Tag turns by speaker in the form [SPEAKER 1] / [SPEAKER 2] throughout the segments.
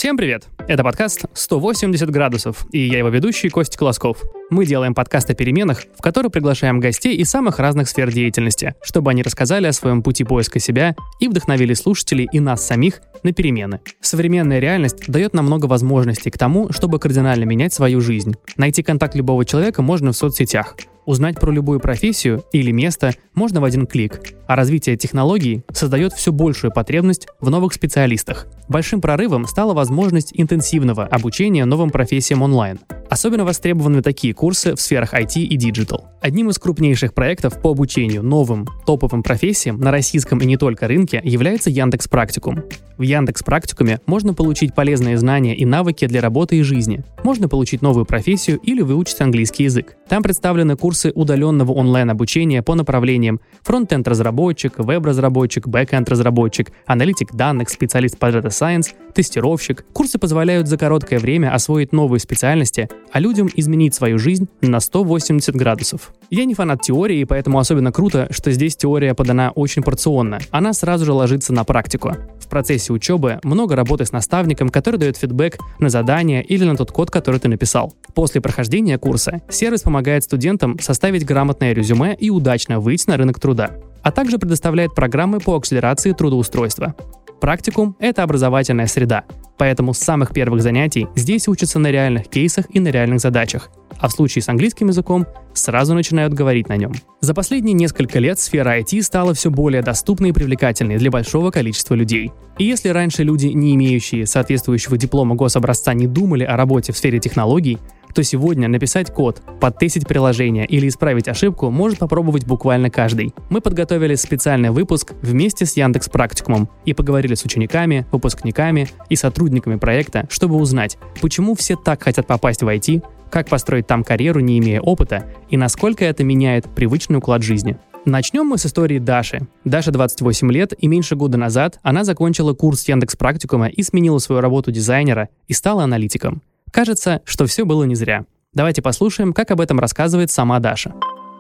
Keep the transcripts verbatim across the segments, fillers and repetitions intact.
[SPEAKER 1] Всем привет! Это подкаст «сто восемьдесят градусов», и я его ведущий Костя Колосков. Мы делаем подкаст о переменах, в который приглашаем гостей из самых разных сфер деятельности, чтобы они рассказали о своем пути поиска себя и вдохновили слушателей и нас самих на перемены. Современная реальность дает нам много возможностей к тому, чтобы кардинально менять свою жизнь. Найти контакт любого человека можно в соцсетях. Узнать про любую профессию или место можно в один клик, а развитие технологий создает все большую потребность в новых специалистах. Большим прорывом стала возможность интенсивного обучения новым профессиям онлайн. Особенно востребованы такие курсы в сферах ай ти и диджитал. Одним из крупнейших проектов по обучению новым топовым профессиям на российском и не только рынке является Яндекс.Практикум. В Яндекс.Практикуме можно получить полезные знания и навыки для работы и жизни. Можно получить новую профессию или выучить английский язык. Там представлены курсы удаленного онлайн-обучения по направлениям фронт-энд-разработчик, веб-разработчик, бэк-энд-разработчик, аналитик данных, специалист по Data Science, тестировщик. Курсы позволяют за короткое время освоить новые специальности, а людям изменить свою жизнь на сто восемьдесят градусов. Я не фанат теории, поэтому особенно круто, что здесь теория подана очень порционно. Она сразу же ложится на практику. В процессе учебы много работы с наставником, который дает фидбэк на задания или на тот код, который ты написал. После прохождения курса сервис помогает студентам составить грамотное резюме и удачно выйти на рынок труда, а также предоставляет программы по акселерации трудоустройства. Практикум — это образовательная среда, поэтому с самых первых занятий здесь учатся на реальных кейсах и на реальных задачах, а в случае с английским языком сразу начинают говорить на нем. За последние несколько лет сфера ай ти стала все более доступной и привлекательной для большого количества людей. И если раньше люди, не имеющие соответствующего диплома гособразца, не думали о работе в сфере технологий, то сегодня написать код, подтестить приложение или исправить ошибку может попробовать буквально каждый. Мы подготовили специальный выпуск вместе с Яндекс.Практикумом и поговорили с учениками, выпускниками и сотрудниками проекта, чтобы узнать, почему все так хотят попасть в ай ти, как построить там карьеру, не имея опыта, и насколько это меняет привычный уклад жизни. Начнем мы с истории Даши. Даше двадцать восемь лет, и меньше года назад она закончила курс Яндекс.Практикума и сменила свою работу дизайнера и стала аналитиком. Кажется, что все было не зря. Давайте послушаем, как об этом рассказывает сама Даша.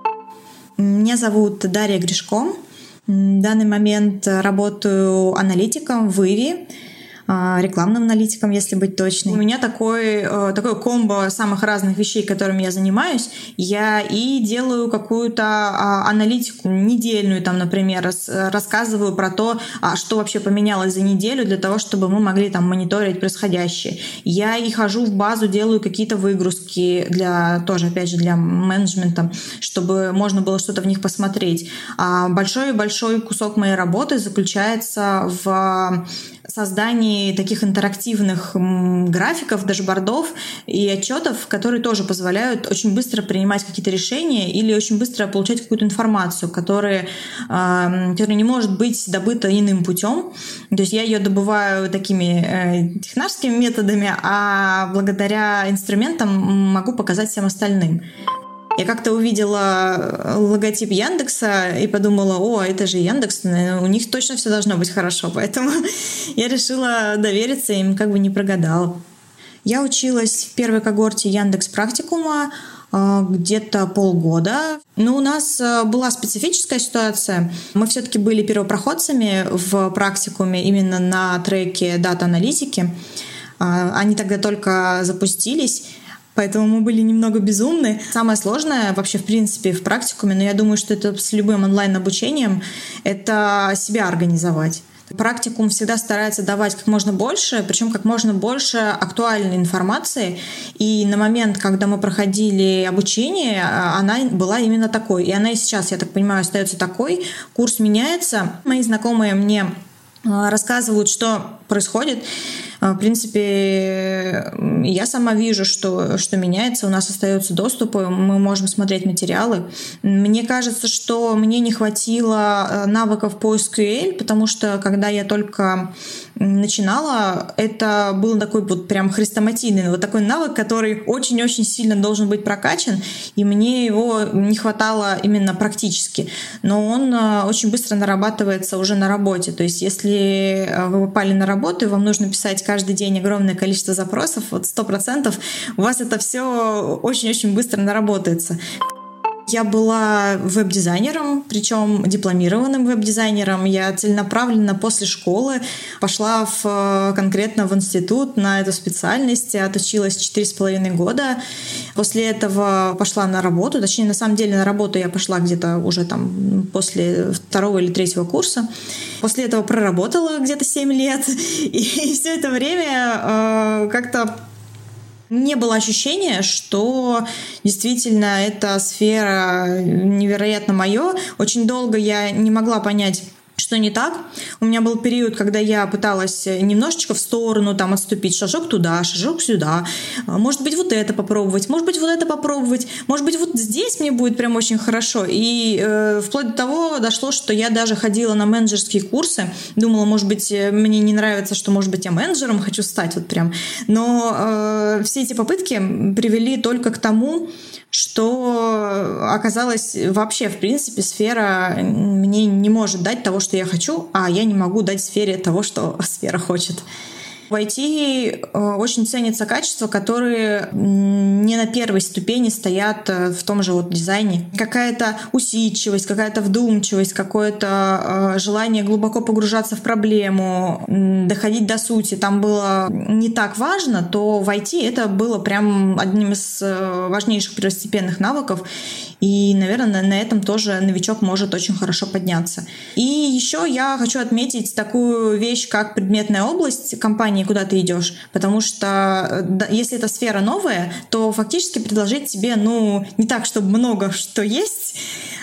[SPEAKER 2] Меня зовут Дарья Гришко. В данный момент работаю аналитиком в Иви, рекламным аналитиком, если быть точной. У меня такой, такое комбо самых разных вещей, которыми я занимаюсь. Я и делаю какую-то аналитику недельную, там, например, рассказываю про то, что вообще поменялось за неделю для того, чтобы мы могли там мониторить происходящее. Я и хожу в базу, делаю какие-то выгрузки для, тоже, опять же, для менеджмента, чтобы можно было что-то в них посмотреть. Большой-большой кусок моей работы заключается в создании таких интерактивных графиков, дашбордов и отчетов, которые тоже позволяют очень быстро принимать какие-то решения или очень быстро получать какую-то информацию, которая, которая не может быть добыта иным путем. То есть я ее добываю такими техническими методами, а благодаря инструментам могу показать всем остальным. Я как-то увидела логотип Яндекса и подумала: о, это же Яндекс, у них точно все должно быть хорошо, поэтому я решила довериться им, как бы не прогадала. Я училась в первой когорте Яндекс.Практикума где-то полгода. Но у нас была специфическая ситуация. Мы все-таки были первопроходцами в практикуме именно на треке дата-аналитики. Они тогда только запустились. Поэтому мы были немного безумны. Самое сложное вообще, в принципе, в практикуме, но я думаю, что это с любым онлайн-обучением, это себя организовать. Практикум всегда старается давать как можно больше, причем как можно больше актуальной информации. И на момент, когда мы проходили обучение, она была именно такой. И она и сейчас, я так понимаю, остается такой. Курс меняется. Мои знакомые мне рассказывают, что происходит. В принципе, я сама вижу, что, что меняется, у нас остаются доступы, мы можем смотреть материалы. Мне кажется, что мне не хватило навыков по эс кью эль, потому что когда я только начинала, это был такой вот прям хрестоматийный, вот такой навык, который очень-очень сильно должен быть прокачан, и мне его не хватало именно практически. Но он очень быстро нарабатывается уже на работе. То есть если вы попали на работу, и вам нужно писать каждый день огромное количество запросов, вот сто процентов у вас это все очень-очень быстро наработается. Я была веб-дизайнером, причем дипломированным веб-дизайнером. Я целенаправленно после школы пошла в, конкретно в институт на эту специальность, отучилась четыре с половиной года. После этого пошла на работу, точнее, на самом деле на работу я пошла где-то уже там после второго или третьего курса. После этого проработала где-то семь лет, и все это время э, как-то не было ощущения, что действительно эта сфера невероятно моё. Очень долго я не могла понять, что не так. У меня был период, когда я пыталась немножечко в сторону там отступить, шажок туда, шажок сюда. Может быть, вот это попробовать, может быть, вот это попробовать, может быть, вот здесь мне будет прям очень хорошо. И э, вплоть до того дошло, что я даже ходила на менеджерские курсы. Думала, может быть, мне не нравится, что, может быть, я менеджером хочу стать вот прям. Но э, все эти попытки привели только к тому, что оказалось вообще, в принципе, сфера мне не может дать того, что я хочу, а я не могу дать сфере того, что сфера хочет. В ай ти очень ценятся качества, которые не на первой ступени стоят в том же вот дизайне. Какая-то усидчивость, какая-то вдумчивость, какое-то желание глубоко погружаться в проблему, доходить до сути. Там было не так важно, то в ай ти это было прям одним из важнейших первостепенных навыков. И, наверное, на этом тоже новичок может очень хорошо подняться. И еще я хочу отметить такую вещь, как предметная область компании, куда ты идешь. Потому что если эта сфера новая, то фактически предложить тебе, ну, не так, чтобы много что есть,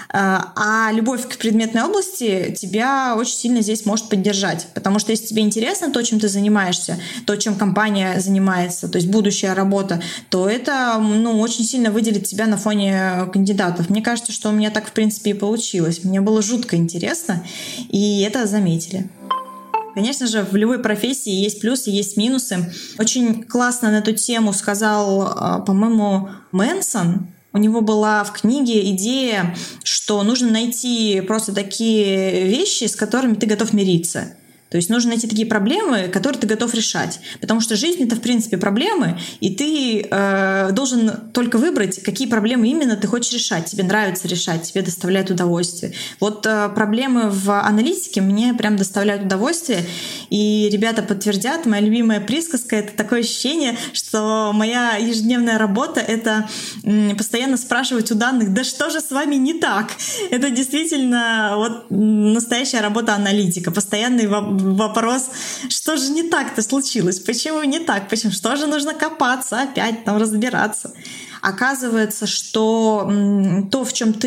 [SPEAKER 2] а любовь к предметной области тебя очень сильно здесь может поддержать. Потому что если тебе интересно то, чем ты занимаешься, то, чем компания занимается, то есть будущая работа, то это, ну, очень сильно выделит тебя на фоне кандидатов. Мне кажется, что у меня так, в принципе, и получилось. Мне было жутко интересно, и это заметили. Конечно же, в любой профессии есть плюсы, есть минусы. Очень классно на эту тему сказал, по-моему, Мэнсон. У него была в книге идея, что нужно найти просто такие вещи, с которыми ты готов мириться. То есть нужно найти такие проблемы, которые ты готов решать. Потому что жизнь — это, в принципе, проблемы, и ты э, должен только выбрать, какие проблемы именно ты хочешь решать. Тебе нравится решать, тебе доставляет удовольствие. Вот э, проблемы в аналитике мне прям доставляют удовольствие. И ребята подтвердят, моя любимая присказка — это такое ощущение, что моя ежедневная работа — это м, постоянно спрашивать у данных, да что же с вами не так? Это действительно вот настоящая работа аналитика. Постоянный вопрос Вопрос, что же не так-то случилось? Почему не так? Почему? Что же нужно копаться, опять там разбираться? Оказывается, что то, в чем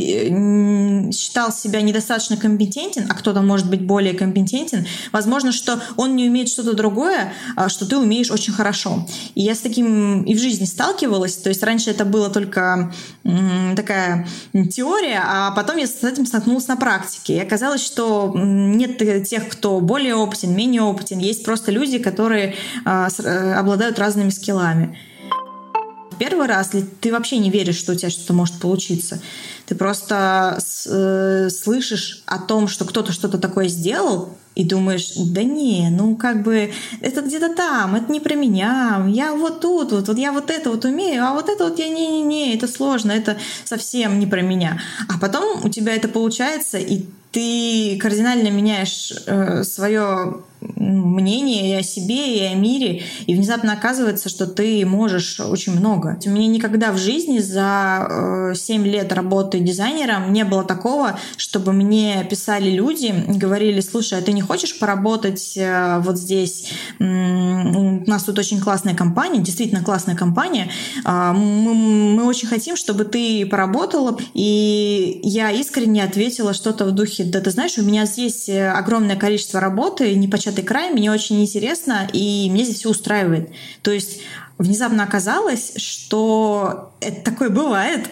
[SPEAKER 2] ты считал себя недостаточно компетентен, а кто-то может быть более компетентен, возможно, что он не умеет что-то другое, что ты умеешь очень хорошо. И я с таким и в жизни сталкивалась. То есть раньше это была только такая теория, а потом я с этим столкнулась на практике. И оказалось, что нет тех, кто более опытен, менее опытен. Есть просто люди, которые обладают разными скиллами. Первый раз ты вообще не веришь, что у тебя что-то может получиться. Ты просто э, слышишь о том, что кто-то что-то такое сделал, и думаешь, да не, ну как бы это где-то там, это не про меня, я вот тут, вот, вот я вот это вот умею, а вот это вот я не-не-не, это сложно, это совсем не про меня. А потом у тебя это получается, и ты кардинально меняешь э, свое мнение и о себе, и о мире, и внезапно оказывается, что ты можешь очень много. У меня никогда в жизни за семь лет работы дизайнером не было такого, чтобы мне писали люди, говорили, слушай, а ты не хочешь поработать вот здесь? У нас тут очень классная компания, действительно классная компания. Мы, мы очень хотим, чтобы ты поработала. И я искренне ответила что-то в духе, да ты знаешь, у меня здесь огромное количество работы, непочатый край, мне очень интересно, и мне здесь все устраивает. То есть внезапно оказалось, что это такое бывает,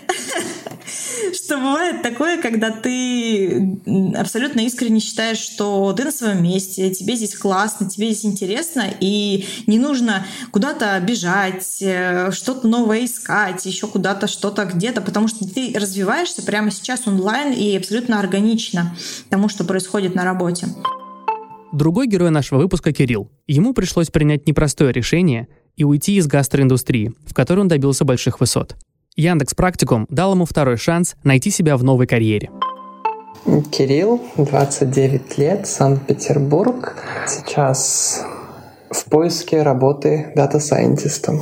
[SPEAKER 2] что бывает такое, когда ты абсолютно искренне считаешь, что ты на своем месте, тебе здесь классно, тебе здесь интересно, и не нужно куда-то бежать, что-то новое искать, еще куда-то, что-то где-то, потому что ты развиваешься прямо сейчас онлайн и абсолютно органично тому, что происходит на работе.
[SPEAKER 1] Другой герой нашего выпуска — Кирилл. Ему пришлось принять непростое решение и уйти из гастроиндустрии, в которой он добился больших высот. Яндекс.Практикум дал ему второй шанс найти себя в новой карьере.
[SPEAKER 3] Кирилл, двадцать девять лет, Санкт-Петербург. Сейчас в поиске работы дата-сайентистом.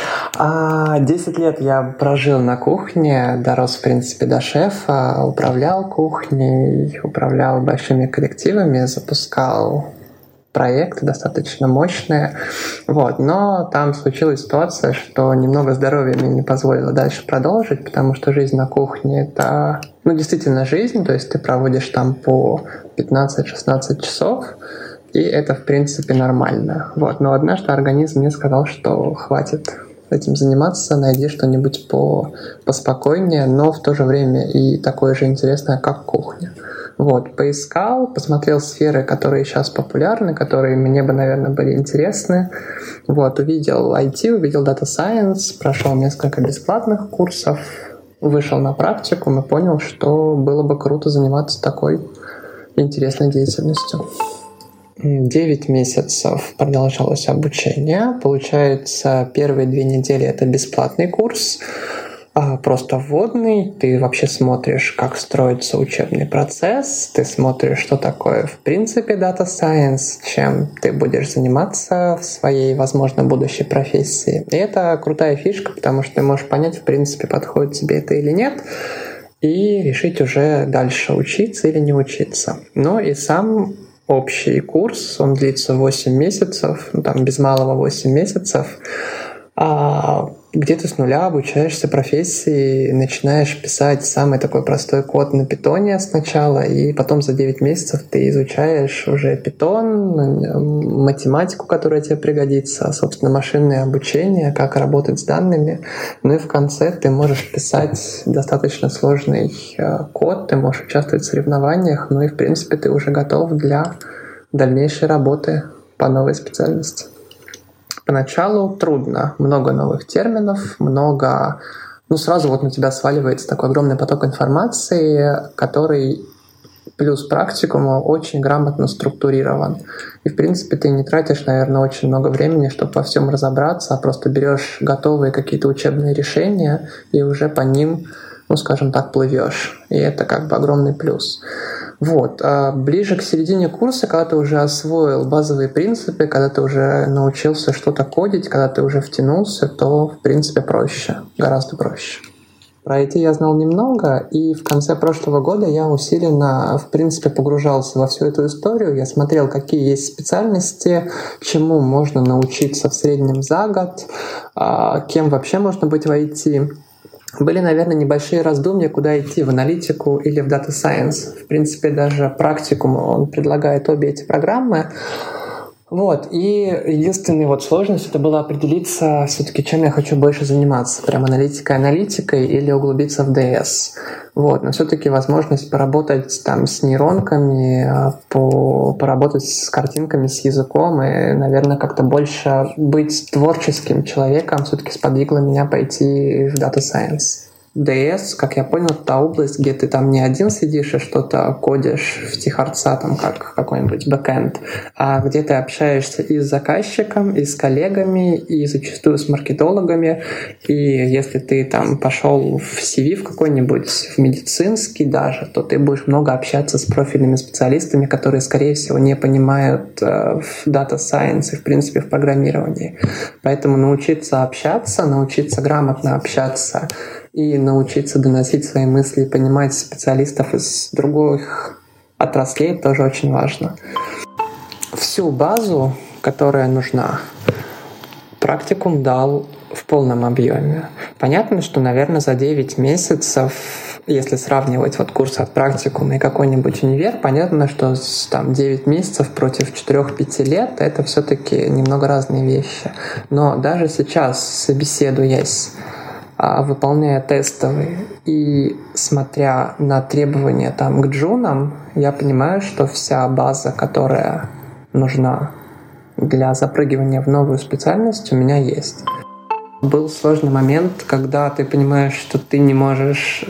[SPEAKER 3] А десять лет я прожил на кухне, дорос, в принципе, до шефа, управлял кухней, управлял большими коллективами, запускал проекты достаточно мощные. Вот. Но там случилась ситуация, что немного здоровья мне не позволило дальше продолжить, потому что жизнь на кухне — это, ну, действительно жизнь, то есть ты проводишь там по пятнадцать-шестнадцать часов, и это, в принципе, нормально. Вот. Но однажды организм мне сказал, что хватит этим заниматься, найди что-нибудь по, поспокойнее, но в то же время и такое же интересное, как кухня. Вот, поискал, посмотрел сферы, которые сейчас популярны, которые мне бы, наверное, были интересны. Вот, увидел ай ти, увидел Data Science, прошел несколько бесплатных курсов, вышел на практикум и понял, что было бы круто заниматься такой интересной деятельностью. Девять месяцев продолжалось обучение. Получается, первые две недели — это бесплатный курс, просто вводный. Ты вообще смотришь, как строится учебный процесс, ты смотришь, что такое в принципе Data Science, чем ты будешь заниматься в своей, возможно, будущей профессии. И это крутая фишка, потому что ты можешь понять, в принципе, подходит тебе это или нет, и решить уже дальше учиться или не учиться. Ну и сам общий курс, он длится восемь месяцев, ну, там без малого восемь месяцев, а где ты с нуля обучаешься профессии, начинаешь писать самый такой простой код на питоне сначала, и потом за девять месяцев ты изучаешь уже питон, математику, которая тебе пригодится, собственно, машинное обучение, как работать с данными. Ну и в конце ты можешь писать достаточно сложный код, ты можешь участвовать в соревнованиях, ну и, в принципе, ты уже готов для дальнейшей работы по новой специальности. Поначалу трудно, много новых терминов, много... Ну, сразу вот на тебя сваливается такой огромный поток информации, который плюс практикуму очень грамотно структурирован. И, в принципе, ты не тратишь, наверное, очень много времени, чтобы во всем разобраться, а просто берешь готовые какие-то учебные решения и уже по ним, ну, скажем так, плывешь. И это как бы огромный плюс. Вот. А ближе к середине курса, когда ты уже освоил базовые принципы, когда ты уже научился что-то кодить, когда ты уже втянулся, то, в принципе, проще, гораздо проще. Про ай ти я знал немного, и в конце прошлого года я усиленно, в принципе, погружался во всю эту историю. Я смотрел, какие есть специальности, чему можно научиться в среднем за год, кем вообще можно быть в ай ти. Были, наверное, небольшие раздумья, куда идти, в аналитику или в Data Science. В принципе, даже практикум, он предлагает обе эти программы. Вот. И единственная вот сложность — это было определиться все-таки, чем я хочу больше заниматься. Прям аналитикой-аналитикой или углубиться в ди эс. Вот. Но все-таки возможность поработать там с нейронками, по, поработать с картинками, с языком и, наверное, как-то больше быть творческим человеком все-таки сподвигло меня пойти в Data Science. ди эс, как я понял, это та область, где ты там не один сидишь и что-то кодишь втихарца, там, как какой-нибудь бэкэнд, а где ты общаешься и с заказчиком, и с коллегами, и зачастую с маркетологами. И если ты там пошел в си ви в какой-нибудь, в медицинский даже, то ты будешь много общаться с профильными специалистами, которые, скорее всего, не понимают э, в Data Science и, в принципе, в программировании. Поэтому научиться общаться, научиться грамотно общаться и научиться доносить свои мысли и понимать специалистов из других отраслей тоже очень важно. Всю базу, которая нужна, практикум дал в полном объеме. Понятно, что, наверное, за девять месяцев, если сравнивать вот курс от практикума и какой-нибудь универ, понятно, что там девять месяцев против четыре-пять лет — это все-таки немного разные вещи. Но даже сейчас, собеседуясь, выполняя тестовые и смотря на требования там к джунам, я понимаю, что вся база, которая нужна для запрыгивания в новую специальность, у меня есть. Был сложный момент, когда ты понимаешь, что ты не можешь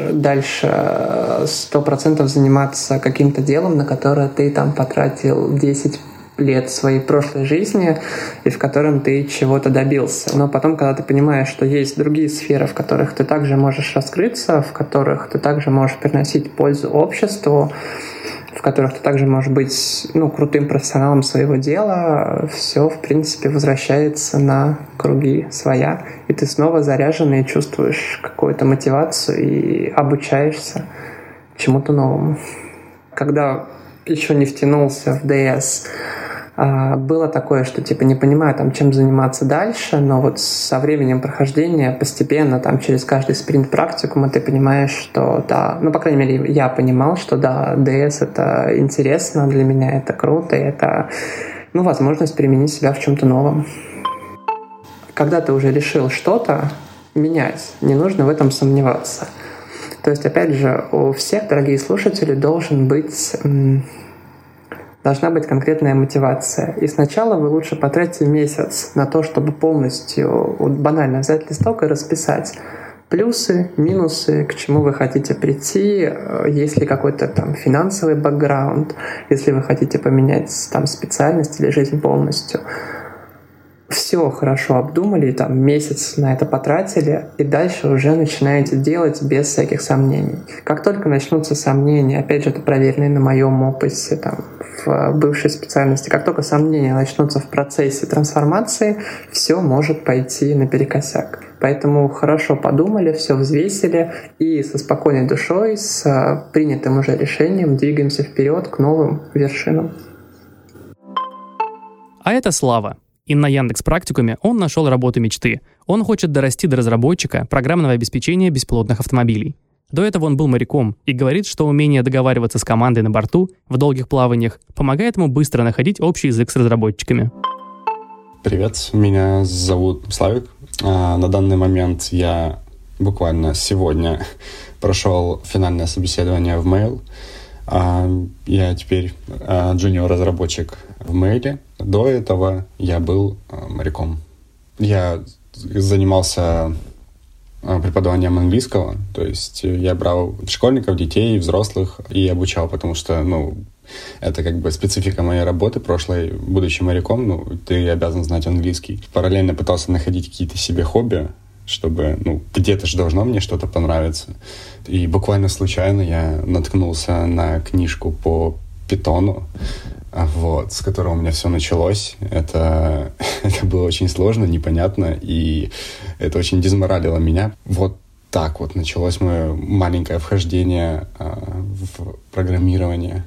[SPEAKER 3] дальше сто процентов заниматься каким-то делом, на которое ты там потратил десять лет своей прошлой жизни и в котором ты чего-то добился. Но потом, когда ты понимаешь, что есть другие сферы, в которых ты также можешь раскрыться, в которых ты также можешь приносить пользу обществу, в которых ты также можешь быть ну, крутым профессионалом своего дела, все, в принципе, возвращается на круги своя, и ты снова заряженный, чувствуешь какую-то мотивацию и обучаешься чему-то новому. Когда еще не втянулся в ди эс, было такое, что типа не понимаю, там, чем заниматься дальше, но вот со временем прохождения постепенно, там, через каждый спринт практикума ты понимаешь, что да, ну, по крайней мере, я понимал, что да, ди эс — это интересно, для меня это круто, и это, ну, возможность применить себя в чем-то новом. Когда ты уже решил что-то менять, не нужно в этом сомневаться. То есть, опять же, у всех, дорогие слушатели, должен быть... должна быть конкретная мотивация. И сначала вы лучше потратите месяц на то, чтобы полностью вот, банально взять листок и расписать плюсы, минусы, к чему вы хотите прийти, есть ли какой-то там финансовый бэкграунд, если вы хотите поменять там специальность или жизнь полностью. Все хорошо обдумали, там месяц на это потратили, и дальше уже начинаете делать без всяких сомнений. Как только начнутся сомнения, опять же, это проверено на моем опыте, там, в бывшей специальности, как только сомнения начнутся в процессе трансформации, все может пойти наперекосяк. Поэтому хорошо подумали, все взвесили, и со спокойной душой, с принятым уже решением двигаемся вперед к новым вершинам.
[SPEAKER 1] А это Слава. И на Яндекс.Практикуме он нашел работу мечты. Он хочет дорасти до разработчика программного обеспечения беспилотных автомобилей. До этого он был моряком и говорит, что умение договариваться с командой на борту в долгих плаваниях помогает ему быстро находить общий язык с разработчиками.
[SPEAKER 4] Привет, меня зовут Славик. А, на данный момент я буквально сегодня прошел финальное собеседование в Mail. А, я теперь а, джуниор-разработчик в Mail. До этого я был а, моряком. Я занимался а, преподаванием английского, то есть я брал школьников, детей, взрослых и обучал, потому что, ну, это как бы специфика моей работы прошлой, будучи моряком, ну, ты обязан знать английский. Параллельно пытался находить какие-то себе хобби, чтобы, ну, где-то же должно мне что-то понравиться. И буквально случайно я наткнулся на книжку по питону, вот, с которого у меня все началось. Это, это было очень сложно, непонятно, и это очень дезморалило меня. Вот так вот началось мое маленькое вхождение а, в программирование.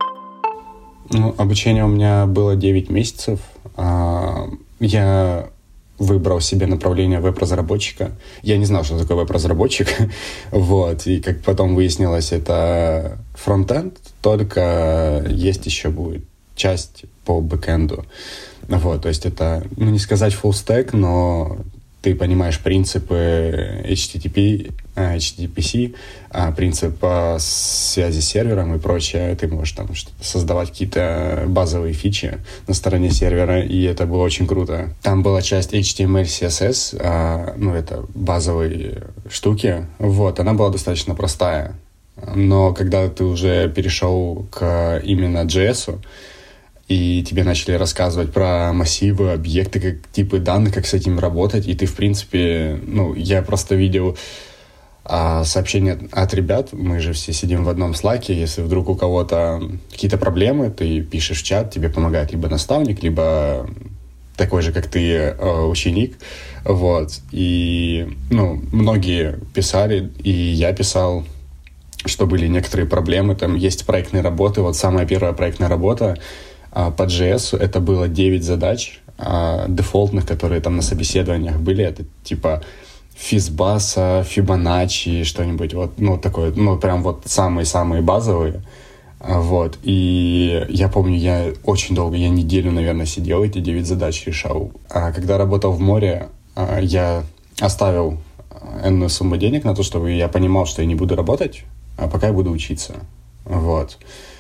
[SPEAKER 4] Ну, обучение у меня было девять месяцев. А, я выбрал себе направление веб-разработчика. Я не знал, что такое веб-разработчик. Вот. И как потом выяснилось, это фронтенд, только есть еще будет часть по бэкэнду. Вот. То есть это, ну, не сказать full stack, но ты понимаешь принципы эйч ти ти пи, эйч ти ти пи си, принцип связи с сервером и прочее. Ты можешь там создавать какие-то базовые фичи на стороне сервера, и это было очень круто. Там была часть эйч ти эм эль, си эс эс, ну, это базовые штуки. Вот, она была достаточно простая. Но когда ты уже перешел к именно джей эс, и тебе начали рассказывать про массивы, объекты, как типы данных, как с этим работать. И ты, в принципе, ну, я просто видел а, сообщения от ребят. Мы же все сидим в одном слаке. Если вдруг у кого-то какие-то проблемы, ты пишешь в чат, тебе помогает либо наставник, либо такой же, как ты, ученик. Вот. И, ну, многие писали, и я писал, что были некоторые проблемы. Там есть проектные работы. Вот самая первая проектная работа по джей эс это было девять задач а, дефолтных, которые там на собеседованиях были. Это типа физбаса, фибоначчи, что-нибудь вот, ну, такое, ну, прям вот самые-самые базовые. А, вот. И я помню, я очень долго, я неделю, наверное, сидел, эти девять задач решал. А когда работал в море, а, я оставил энную сумму денег на то, чтобы я понимал, что я не буду работать, а пока я буду учиться. Вот.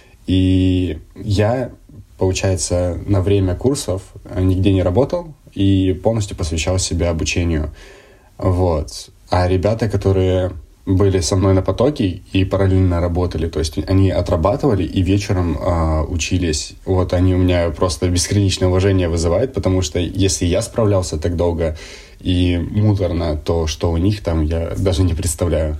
[SPEAKER 4] И я, получается, на время курсов нигде не работал и полностью посвящал себя обучению. Вот. А ребята, которые были со мной на потоке и параллельно работали. То есть они отрабатывали и вечером э, учились. Вот они у меня просто безграничное уважение вызывают, потому что если я справлялся так долго и муторно, то что у них там, я даже не представляю.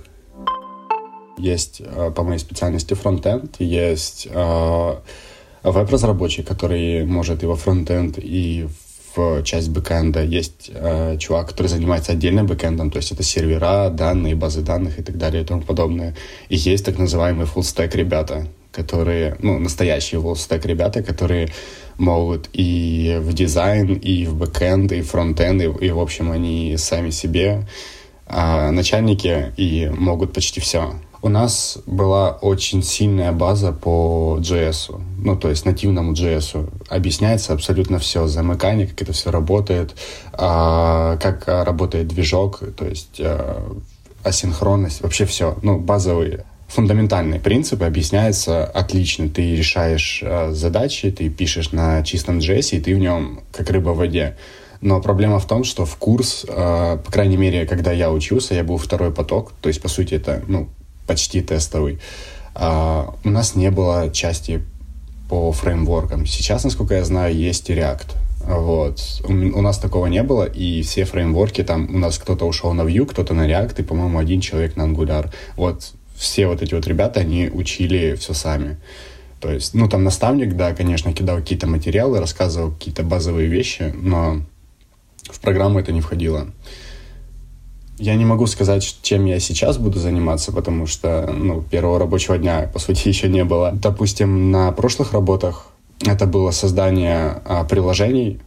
[SPEAKER 4] Есть э, по моей специальности фронтенд, есть э, веб-разработчик, который может и во фронтенд, и в часть бэкэнда. Есть э, чувак, который занимается отдельно бэкэндом, то есть это сервера, данные, базы данных и так далее и тому подобное. И есть так называемые full-stack ребята, которые, ну, настоящие full-stack ребята, которые могут и в дизайн, и в бэкэнд, и в фронтенд, и, и в общем, они сами себе э, начальники и могут почти все. У нас была очень сильная база по джей эс. Ну, то есть нативному джей эс. Объясняется абсолютно все. Замыкание, как это все работает, а, как работает движок, то есть а, асинхронность, вообще все. Ну, базовые, фундаментальные принципы объясняются отлично. Ты решаешь а, задачи, ты пишешь на чистом джей эс, и ты в нем как рыба в воде. Но проблема в том, что в курс, а, по крайней мере, когда я учился, я был второй поток, то есть, по сути, это, ну, почти тестовый. А, у нас не было части по фреймворкам. Сейчас, насколько я знаю, есть и React. Вот. У, у нас такого не было, и все фреймворки, там у нас кто-то ушел на Vue, кто-то на React, и, по-моему, один человек на Angular. Вот все вот эти вот ребята, они учили все сами. То есть, ну, там наставник, да, конечно, кидал какие-то материалы, рассказывал какие-то базовые вещи, но в программу это не входило. Я не могу сказать, чем я сейчас буду заниматься, потому что, ну, первого рабочего дня, по сути, еще не было. Допустим, на прошлых работах это было создание а, приложений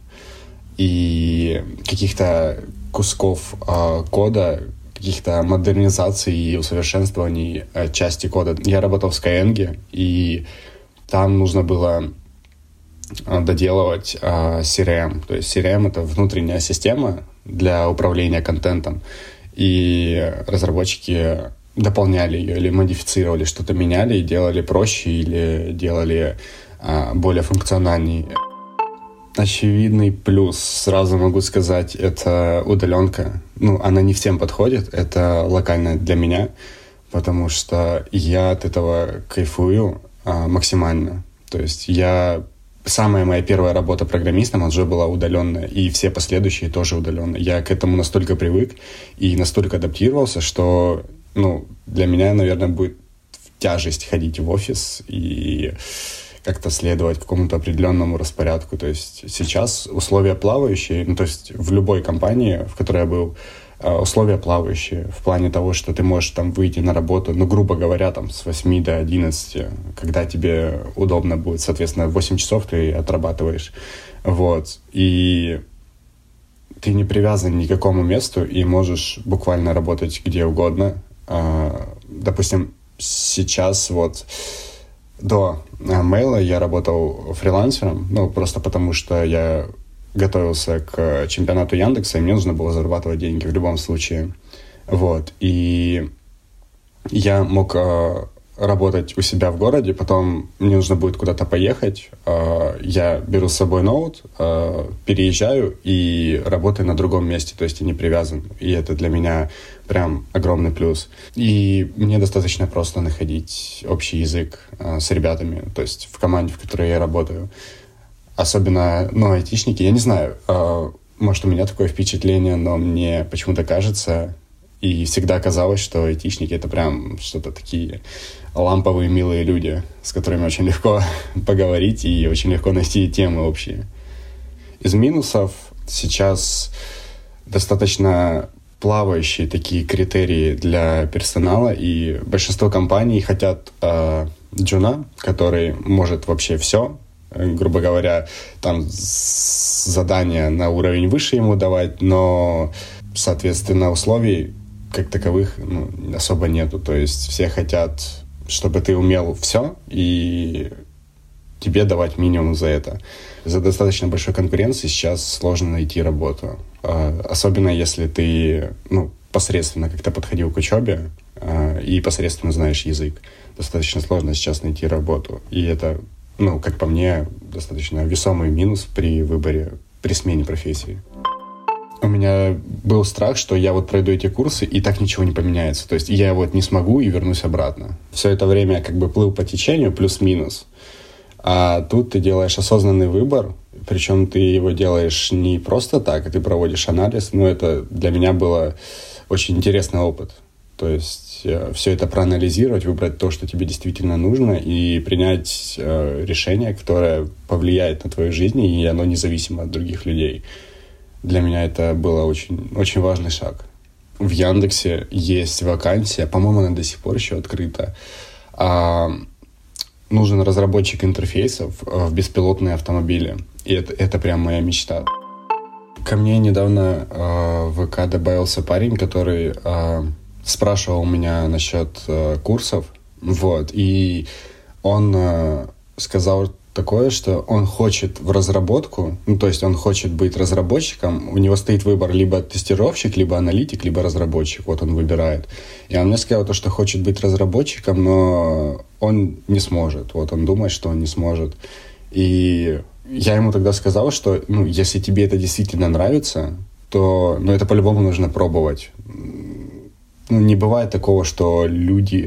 [SPEAKER 4] и каких-то кусков а, кода, каких-то модернизаций и усовершенствований а, части кода. Я работал в Skyeng, и там нужно было а, доделывать а, си ар эм. То есть си ар эм — это внутренняя система для управления контентом. И разработчики дополняли ее или модифицировали, что-то меняли и делали проще или делали а, более функциональней. Очевидный плюс, сразу могу сказать, это удаленка. Ну, она не всем подходит, это локально для меня, потому что я от этого кайфую а, максимально. То есть я... Самая моя первая работа программистом уже была удаленная, и все последующие тоже удаленные. Я к этому настолько привык и настолько адаптировался, что, ну, для меня, наверное, будет в тяжесть ходить в офис и как-то следовать какому-то определенному распорядку. То есть сейчас условия плавающие, ну, то есть в любой компании, в которой я был, условия плавающие в плане того, что ты можешь там выйти на работу, ну, грубо говоря, там с восьми до одиннадцати, когда тебе удобно будет, соответственно, восемь часов ты отрабатываешь, вот, и ты не привязан ни к какому месту и можешь буквально работать где угодно. Допустим, сейчас вот до Mail я работал фрилансером, ну, просто потому что я готовился к чемпионату Яндекса, и мне нужно было зарабатывать деньги в любом случае. Вот. И я мог э, работать у себя в городе, потом мне нужно будет куда-то поехать. Э, я беру с собой ноут, э, переезжаю и работаю на другом месте, то есть я не привязан. И это для меня прям огромный плюс. И мне достаточно просто находить общий язык э, с ребятами, то есть в команде, в которой я работаю. Особенно, ну, айтишники, я не знаю, э, может, у меня такое впечатление, но мне почему-то кажется, и всегда казалось, что айтишники — это прям что-то такие ламповые, милые люди, с которыми очень легко поговорить и очень легко найти темы общие. Из минусов сейчас достаточно плавающие такие критерии для персонала, и большинство компаний хотят э, джуна, который может вообще все. Грубо говоря, там задания на уровень выше ему давать, но, соответственно, условий как таковых, ну, особо нету. То есть все хотят, чтобы ты умел все, и тебе давать минимум за это. За достаточно большой конкуренции сейчас сложно найти работу. Особенно если ты, ну, посредственно как-то подходил к учебе и посредственно знаешь язык. Достаточно сложно сейчас найти работу. И это, ну, как по мне, достаточно весомый минус при выборе, при смене профессии. у меня был страх, что я вот пройду эти курсы, и так ничего не поменяется. То есть я вот не смогу и вернусь обратно. Все это время я как бы плыл по течению, плюс-минус. А тут ты делаешь осознанный выбор, причем ты его делаешь не просто так, а ты проводишь анализ. Но это для меня было очень интересный опыт. То есть все это проанализировать, выбрать то, что тебе действительно нужно, и принять э, решение, которое повлияет на твою жизнь, и оно независимо от других людей. Для меня это был очень, очень важный шаг. В Яндексе есть вакансия, по-моему, она до сих пор еще открыта. А, нужен разработчик интерфейсов в беспилотные автомобили. И это, это прям моя мечта. Ко мне недавно э, в ВК добавился парень, который э, спрашивал меня насчет э, курсов. Вот, и он э, сказал такое, что он хочет в разработку, ну, то есть он хочет быть разработчиком, у него стоит выбор либо тестировщик, либо аналитик, либо разработчик, вот он выбирает. И он мне сказал то, что хочет быть разработчиком, но он не сможет, вот он думает, что он не сможет. И я ему тогда сказал, что, ну, если тебе это действительно нравится, то, ну, это по-любому нужно пробовать. Ну, не бывает такого, что люди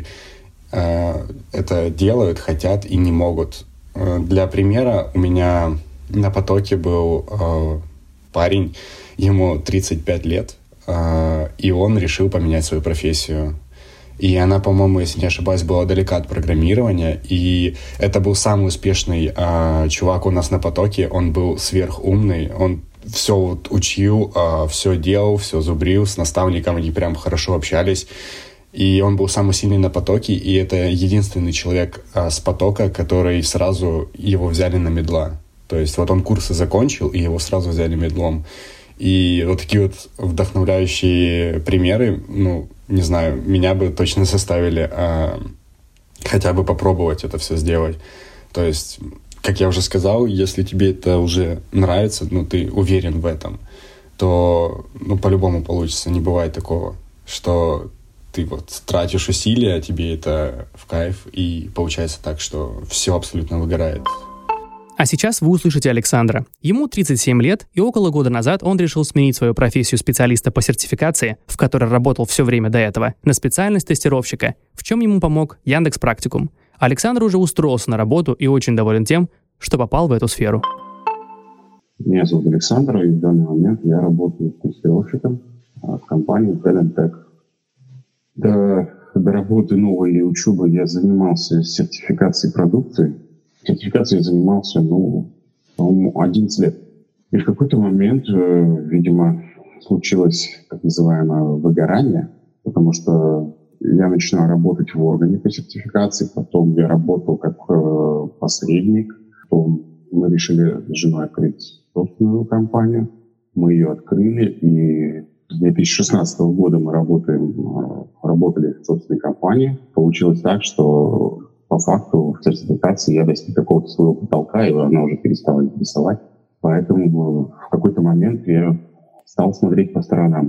[SPEAKER 4] э, это делают, хотят и не могут. Для примера, у меня на потоке был э, парень, ему тридцать пять лет, э, и он решил поменять свою профессию. И она, по-моему, если не ошибаюсь, была далека от программирования, и это был самый успешный э, чувак у нас на потоке, он был сверхумный, он все вот учил, э, все делал, все зубрил, с наставником они прям хорошо общались. И он был самый сильный на потоке, и это единственный человек а, с потока, который сразу его взяли на медла. То есть вот он курсы закончил, и его сразу взяли медлом. И вот такие вот вдохновляющие примеры, ну, не знаю, меня бы точно заставили а, хотя бы попробовать это все сделать. То есть, как я уже сказал, если тебе это уже нравится, ну, ты уверен в этом, то, ну, по-любому получится. Не бывает такого, что ты вот тратишь усилия, тебе это в кайф, и получается так, что все абсолютно выгорает.
[SPEAKER 1] А сейчас вы услышите Александра. Ему тридцать семь лет, и около года назад он решил сменить свою профессию специалиста по сертификации, в которой работал все время до этого, на специальность тестировщика, в чем ему помог Яндекс.Практикум. Александр уже устроился на работу и очень доволен тем, что попал в эту сферу.
[SPEAKER 5] Меня зовут Александр, и в данный момент я работаю тестировщиком в компании Talent Tech. До, до работы новой и учебы я занимался сертификацией продукции. Сертификацией занимался, ну, по-моему, одиннадцать лет. И в какой-то момент, видимо, случилось так называемое выгорание, потому что я начинал работать в органе по сертификации, потом я работал как посредник, потом мы решили с женой открыть собственную компанию, мы ее открыли, и с две тысячи шестнадцатого года мы работаем, работали в собственной компании. Получилось так, что по факту в сертификации я достиг какого-то своего потолка, и она уже перестала интересовать. Поэтому в какой-то момент я стал смотреть по сторонам.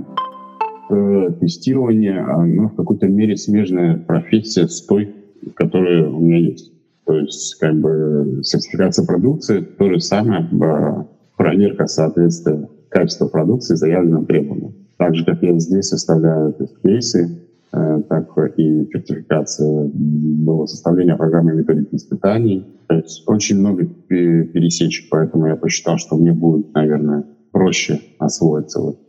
[SPEAKER 5] Тестирование, оно в какой-то мере смежная профессия с той, которая у меня есть. То есть как бы сертификация продукции — то же самое, проверка соответствия качества продукции заявленным требованиям. Так же, как я здесь составляю тест-кейсы, э, так и сертификация было составление программы методики испытаний. То есть очень много пересечек, поэтому я посчитал, что мне будет, наверное, проще освоиться. Вот.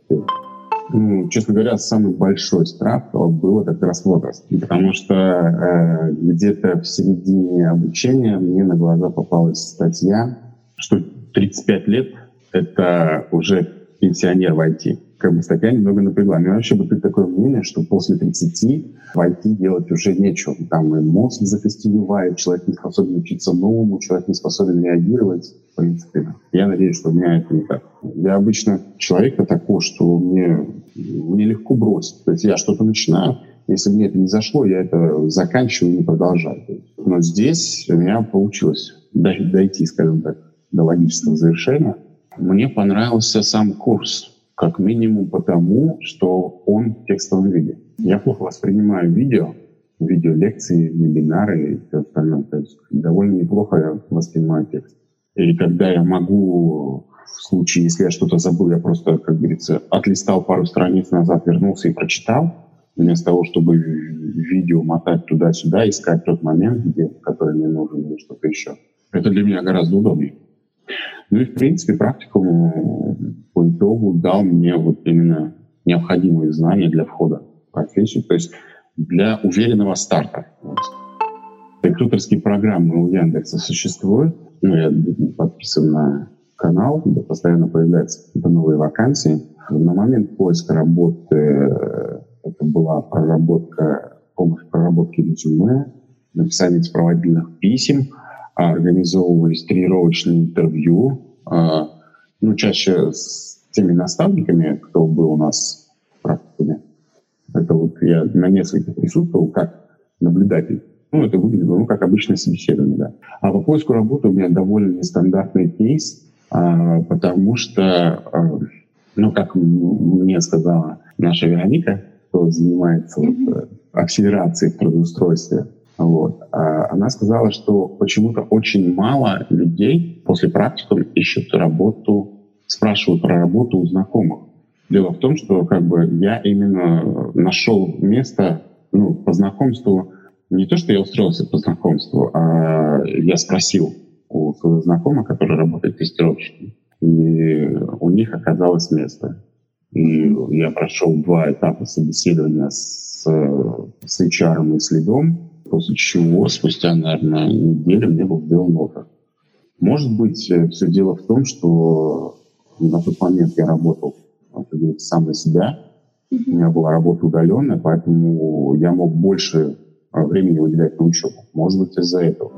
[SPEAKER 5] Ну, честно говоря, самый большой страх был как раз возраст, потому что э, где-то в середине обучения мне на глаза попалась статья, что тридцать пять лет — это уже пенсионер в ай ти. Как бы статья немного напрягла. У меня вообще было такое мнение, что после тридцати в ай ти делать уже нечего. Там и мозг закостеневает, человек не способен учиться новому, человек не способен реагировать. В принципе, я надеюсь, что у меня это не так. Я обычно человек такой, что мне, мне легко бросить. То есть я что-то начинаю, если мне это не зашло, я это заканчиваю и не продолжаю. Но здесь у меня получилось дойти, скажем так, до логического завершения. Мне понравился сам курс, как минимум потому, что он в текстовом виде. Я плохо воспринимаю видео, видеолекции, вебинары и все остальное. То есть довольно неплохо я воспринимаю текст. И когда я могу в случае, если я что-то забыл, я просто, как говорится, отлистал пару страниц назад, вернулся и прочитал, вместо того, чтобы видео мотать туда-сюда, искать тот момент, где, который мне нужен, или что-то еще. Это для меня гораздо удобнее. Ну и, в принципе, практикум по итогу дал мне вот именно необходимые знания для входа в профессию, то есть для уверенного старта. Рекрутерские программы у Яндекса существуют. Ну, я подписан на канал, где постоянно появляются какие-то новые вакансии. На момент поиска работы это была проработка, помощь в проработке резюме, написание сопроводительных писем, организовывались тренировочные интервью. Ну, чаще с теми наставниками, кто был у нас в практике. Это вот я на нескольких присутствовал как наблюдатель. Ну, это выглядело, ну, как обычное собеседование, да. А по поиску работы у меня довольно нестандартный кейс, а, потому что, а, ну, как мне сказала наша Вероника, кто занимается mm-hmm. вот, акселерацией в трудоустройстве, вот, а, она сказала, что почему-то очень мало людей после практикума ищут работу, спрашивают про работу у знакомых. Дело в том, что как бы я именно нашел место, ну, по знакомству. Не то, что я устроился по знакомству, а я спросил у своего знакомого, который работает тестировщиком, и у них оказалось место. И я прошел два этапа собеседования с, с эйч ар и с лидом, после чего спустя, наверное, неделю мне был сделан оффер. Может быть, все дело в том, что на тот момент я работал, как говорится, сам на себя. У меня была работа удаленная, поэтому я мог больше времени выделять на учебу. Может быть, из-за этого.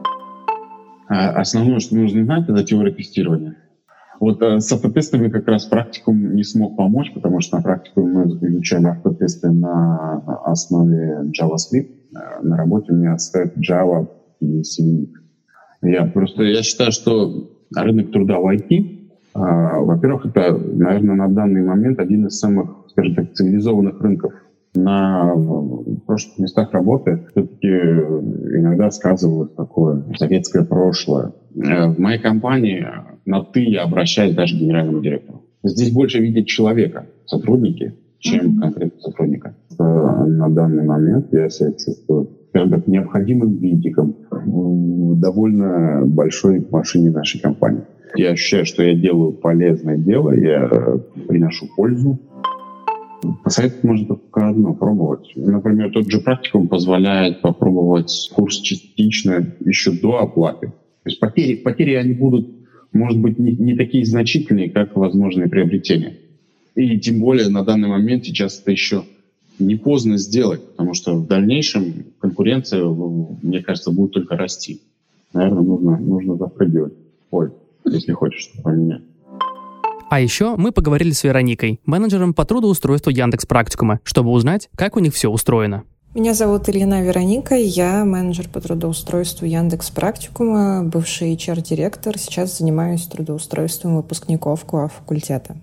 [SPEAKER 5] А основное, что нужно знать, это теория тестирования. Вот с автотестами как раз практикум не смог помочь, потому что на практику мы изучали автотесты на основе JavaScript. На работе у меня стоит Java и Selenium. Я просто я считаю, что рынок труда в ай ти, а, во-первых, это, наверное, на данный момент один из самых, скажем так, цивилизованных рынков. На прошлых местах работы все-таки иногда сказывалось такое советское прошлое. В моей компании на «ты» я обращаюсь даже к генеральному директору. Здесь больше видят человека, сотрудники, чем конкретно сотрудника. На данный момент я себя чувствую, скажем так, необходимым винтиком в довольно большой машине нашей компании. Я ощущаю, что я делаю полезное дело, я приношу пользу. Посоветовать можно только одно — пробовать. Например, тот же практикум позволяет попробовать курс частично еще до оплаты. То есть потери, потери они будут, может быть, не, не такие значительные, как возможные приобретения. И тем более на данный момент сейчас это еще не поздно сделать, потому что в дальнейшем конкуренция, мне кажется, будет только расти. Наверное, нужно, нужно запрыгивать. Ой, если хочешь что-то поменять.
[SPEAKER 1] А еще мы поговорили с Вероникой, менеджером по трудоустройству Яндекс.Практикума, чтобы узнать, как у них все устроено.
[SPEAKER 6] Меня зовут Ильина Вероника, я менеджер по трудоустройству Яндекс.Практикума, бывший эйч ар-директор, сейчас занимаюсь трудоустройством выпускников КУА факультета.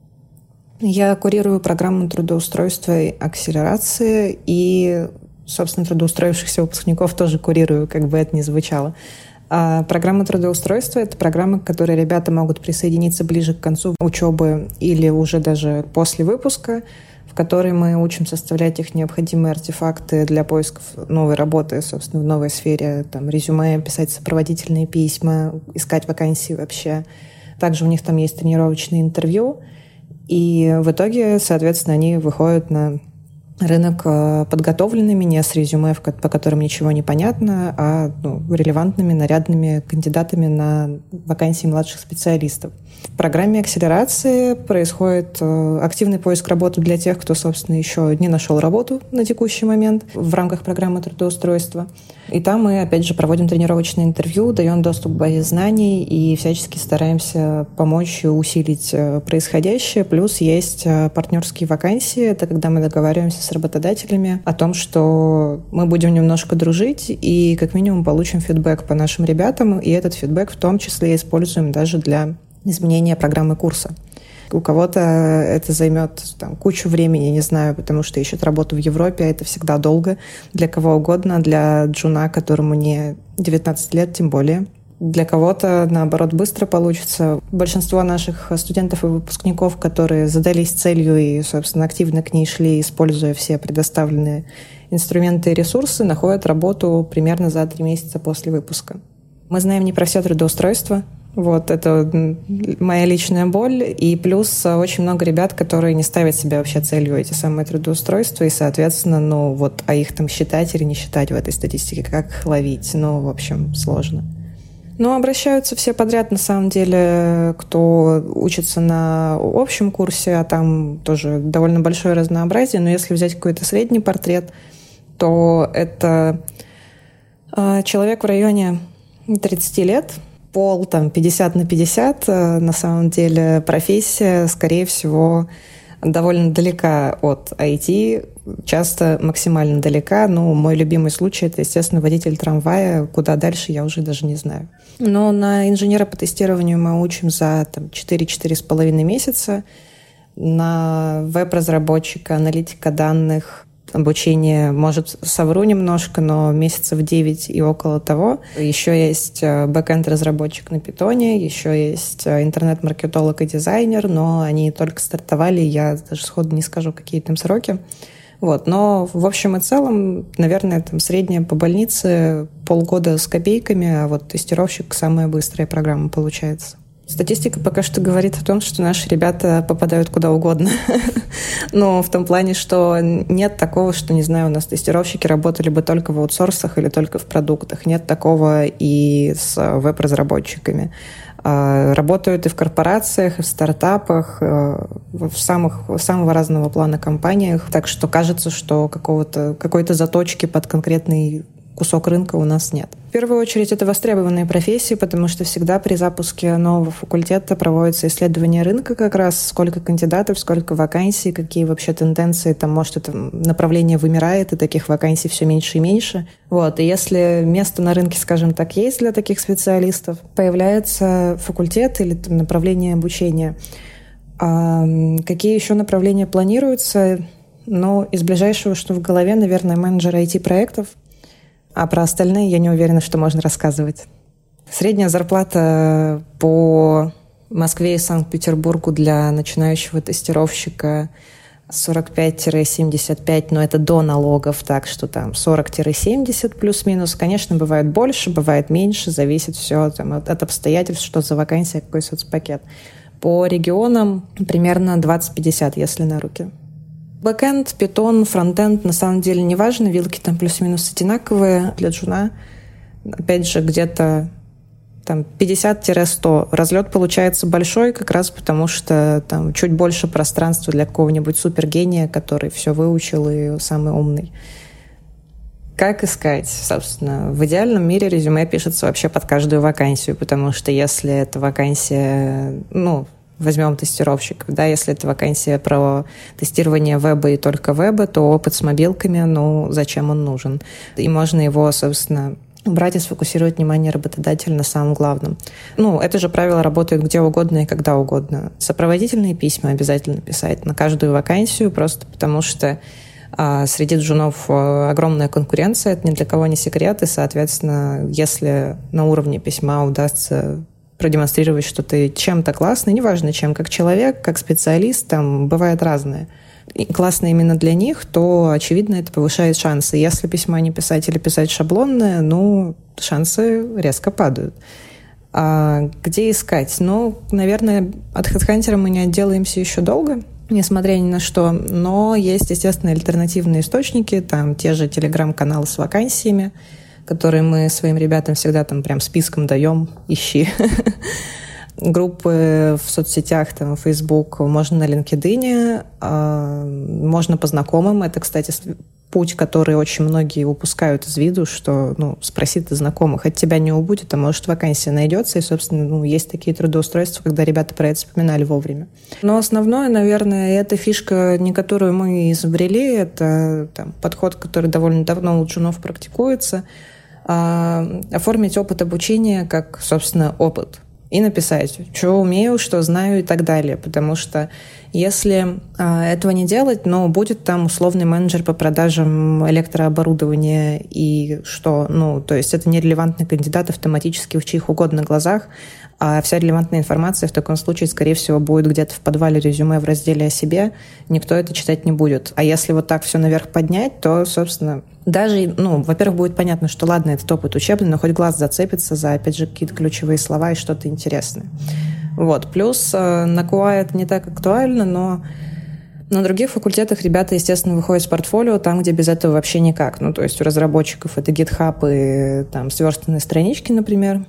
[SPEAKER 6] Я курирую программу трудоустройства и акселерации, и, собственно, трудоустроившихся выпускников тоже курирую, как бы это ни звучало. А программа трудоустройства — это программа, к которой ребята могут присоединиться ближе к концу учебы или уже даже после выпуска, в которой мы учим составлять их необходимые артефакты для поисков новой работы, собственно, в новой сфере, там, резюме, писать сопроводительные письма, искать вакансии вообще. Также у них там есть тренировочные интервью, и в итоге, соответственно, они выходят на рынок подготовленными, не с резюме, по которым ничего не понятно, а ну, релевантными, нарядными кандидатами на вакансии младших специалистов. В программе акселерации происходит активный поиск работы для тех, кто, собственно, еще не нашел работу на текущий момент в рамках программы трудоустройства. И там мы, опять же, проводим тренировочное интервью, даем доступ к базе знаний и всячески стараемся помочь и усилить происходящее. Плюс есть партнерские вакансии. Это когда мы договариваемся с работодателями о том, что мы будем немножко дружить и как минимум получим фидбэк по нашим ребятам. И этот фидбэк в том числе используем даже для изменения программы курса. У кого-то это займет там, кучу времени, не знаю, потому что ищут работу в Европе, а это всегда долго. Для кого угодно, для джуна, которому не девятнадцать лет, тем более. Для кого-то, наоборот, быстро получится. Большинство наших студентов и выпускников, которые задались целью и, собственно, активно к ней шли, используя все предоставленные инструменты и ресурсы, находят работу примерно за три месяца после выпуска. Мы знаем не про все трудоустройства. Вот, это моя личная боль. И плюс очень много ребят, которые не ставят себе вообще целью эти самые трудоустройства. И, соответственно, ну вот, а их там считать или не считать в этой статистике, как их ловить? Ну, в общем, сложно. Ну, обращаются все подряд, на самом деле, кто учится на общем курсе, а там тоже довольно большое разнообразие. Но если взять какой-то средний портрет, то это э, человек в районе тридцати лет, пол там пятьдесят на пятьдесят, на самом деле профессия, скорее всего, довольно далека от ай ти, часто максимально далека. Ну, мой любимый случай — это, естественно, водитель трамвая. Куда дальше, я уже даже не знаю. Но на инженера по тестированию мы учим за там, четыре-четыре с половиной месяца. На веб-разработчика, аналитика данных, обучение, может, совру немножко, но месяцев девять и около того. Еще есть бэкэнд-разработчик на питоне, еще есть интернет-маркетолог и дизайнер, но они только стартовали, я даже сходу не скажу, какие там сроки. Вот. Но в общем и целом, наверное, там средняя по больнице полгода с копейками, а вот тестировщик — самая быстрая программа получается. Статистика пока что говорит о том, что наши ребята попадают куда угодно. Но в том плане, что нет такого, что, не знаю, у нас тестировщики работали бы только в аутсорсах или только в продуктах. Нет такого и с веб-разработчиками. Работают и в корпорациях, и в стартапах, в самых, в самого разного плана компаниях. Так что кажется, что какого-то, какой-то заточки под конкретный кусок рынка у нас нет. В первую очередь это востребованные профессии, потому что всегда при запуске нового факультета проводится исследование рынка как раз, сколько кандидатов, сколько вакансий, какие вообще тенденции, там, может, это направление вымирает, и таких вакансий все меньше и меньше. Вот. И если место на рынке, скажем так, есть для таких специалистов, появляется факультет или там, направление обучения. А какие еще направления планируются? Ну, из ближайшего, что в голове, наверное, менеджер ай ти-проектов. А про остальные я не уверена, что можно рассказывать. Средняя зарплата по Москве и Санкт-Петербургу для начинающего тестировщика сорок пять - семьдесят пять, но это до налогов, так что там сорок - семьдесят плюс-минус. Конечно, бывает больше, бывает меньше, зависит все там, от, от обстоятельств, что за вакансия, какой соцпакет. По регионам примерно двадцать - пятьдесят, если на руки. Бэкэнд, питон, фронтенд, на самом деле не важно, вилки там плюс-минус одинаковые для джуна. Опять же, где-то там пятьдесят - сто. Разлет получается большой, как раз потому что там чуть больше пространства для какого-нибудь супергения, который все выучил и самый умный. Как искать? Собственно, в идеальном мире резюме пишется вообще под каждую вакансию, потому что если это вакансия, ну, возьмем тестировщиков, да, если это вакансия про тестирование веба и только веба, то опыт с мобилками, ну, зачем он нужен? И можно его, собственно, брать и сфокусировать внимание работодателя на самом главном. Ну, это же правило работает где угодно и когда угодно. Сопроводительные письма обязательно писать на каждую вакансию, просто потому что а, среди джунов огромная конкуренция, это ни для кого не секрет, и, соответственно, если на уровне письма удастся продемонстрировать, что ты чем-то классный, неважно чем, как человек, как специалист, там бывает разное. И классно именно для них, то, очевидно, это повышает шансы. Если письма не писать или писать шаблонное, ну, шансы резко падают. А где искать? Ну, наверное, от HeadHunter мы не отделаемся еще долго, несмотря ни на что, но есть, естественно, альтернативные источники, там те же телеграм-каналы с вакансиями, которые мы своим ребятам всегда там прям списком даем, ищи. Группы в соцсетях, там, Facebook, можно на LinkedIn, можно по знакомым. Это, кстати, путь, который очень многие упускают из виду, что, ну, спроси ты знакомых, от тебя не убудет, а может вакансия найдется, и, собственно, ну, есть такие трудоустройства, когда ребята про это вспоминали вовремя. Но основное, наверное, это фишка, не которую мы изобрели, это там, подход, который довольно давно у джунов практикуется, оформить опыт обучения как, собственно, опыт. и написать, что умею, что знаю и так далее. Потому что если э, этого не делать, ну, будет там условный менеджер по продажам электрооборудования, и что, ну, то есть это нерелевантный кандидат автоматически в чьих угодно глазах, а вся релевантная информация в таком случае, скорее всего, будет где-то в подвале резюме в разделе о себе, никто это читать не будет. А если вот так все наверх поднять, то, собственно, даже, ну, во-первых, будет понятно, что ладно, этот опыт учебный, но хоть глаз зацепится за, опять же, какие-то ключевые слова и что-то интересное. Вот. Плюс на КУА это не так актуально, но на других факультетах ребята, естественно, выходят с портфолио там, где без этого вообще никак. Ну, то есть у разработчиков это GitHub и там сверстанные странички, например.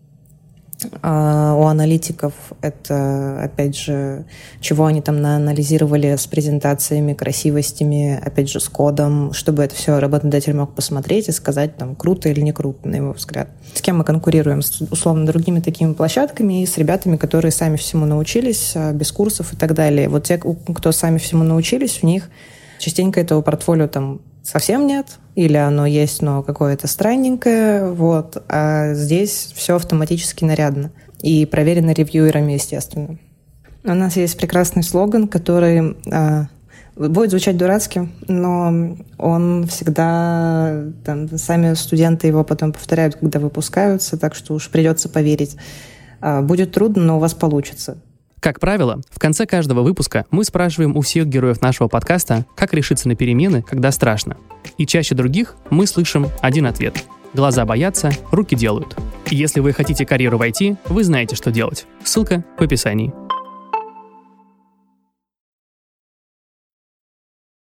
[SPEAKER 6] А у аналитиков это, опять же, чего они там наанализировали с презентациями, красивостями, опять же, с кодом, чтобы это все работодатель мог посмотреть и сказать, там, круто или не круто, на его взгляд. С кем мы конкурируем? С, условно, другими такими площадками и с ребятами, которые сами всему научились, без курсов и так далее. Вот те, кто сами всему научились, у них частенько этого портфолио там совсем нет, или оно есть, но какое-то странненькое, вот. А здесь все автоматически нарядно и проверено ревьюерами, естественно. У нас есть прекрасный слоган, который э, будет звучать дурацким, но он всегда, там, сами студенты его потом повторяют, когда выпускаются, так что уж придется поверить. Э, будет трудно, но у вас получится.
[SPEAKER 1] Как правило, в конце каждого выпуска мы спрашиваем у всех героев нашего подкаста, как решиться на перемены, когда страшно. И чаще других мы слышим один ответ. Глаза боятся, руки делают. И если вы хотите карьеру в ай ти, вы знаете, что делать. Ссылка в описании.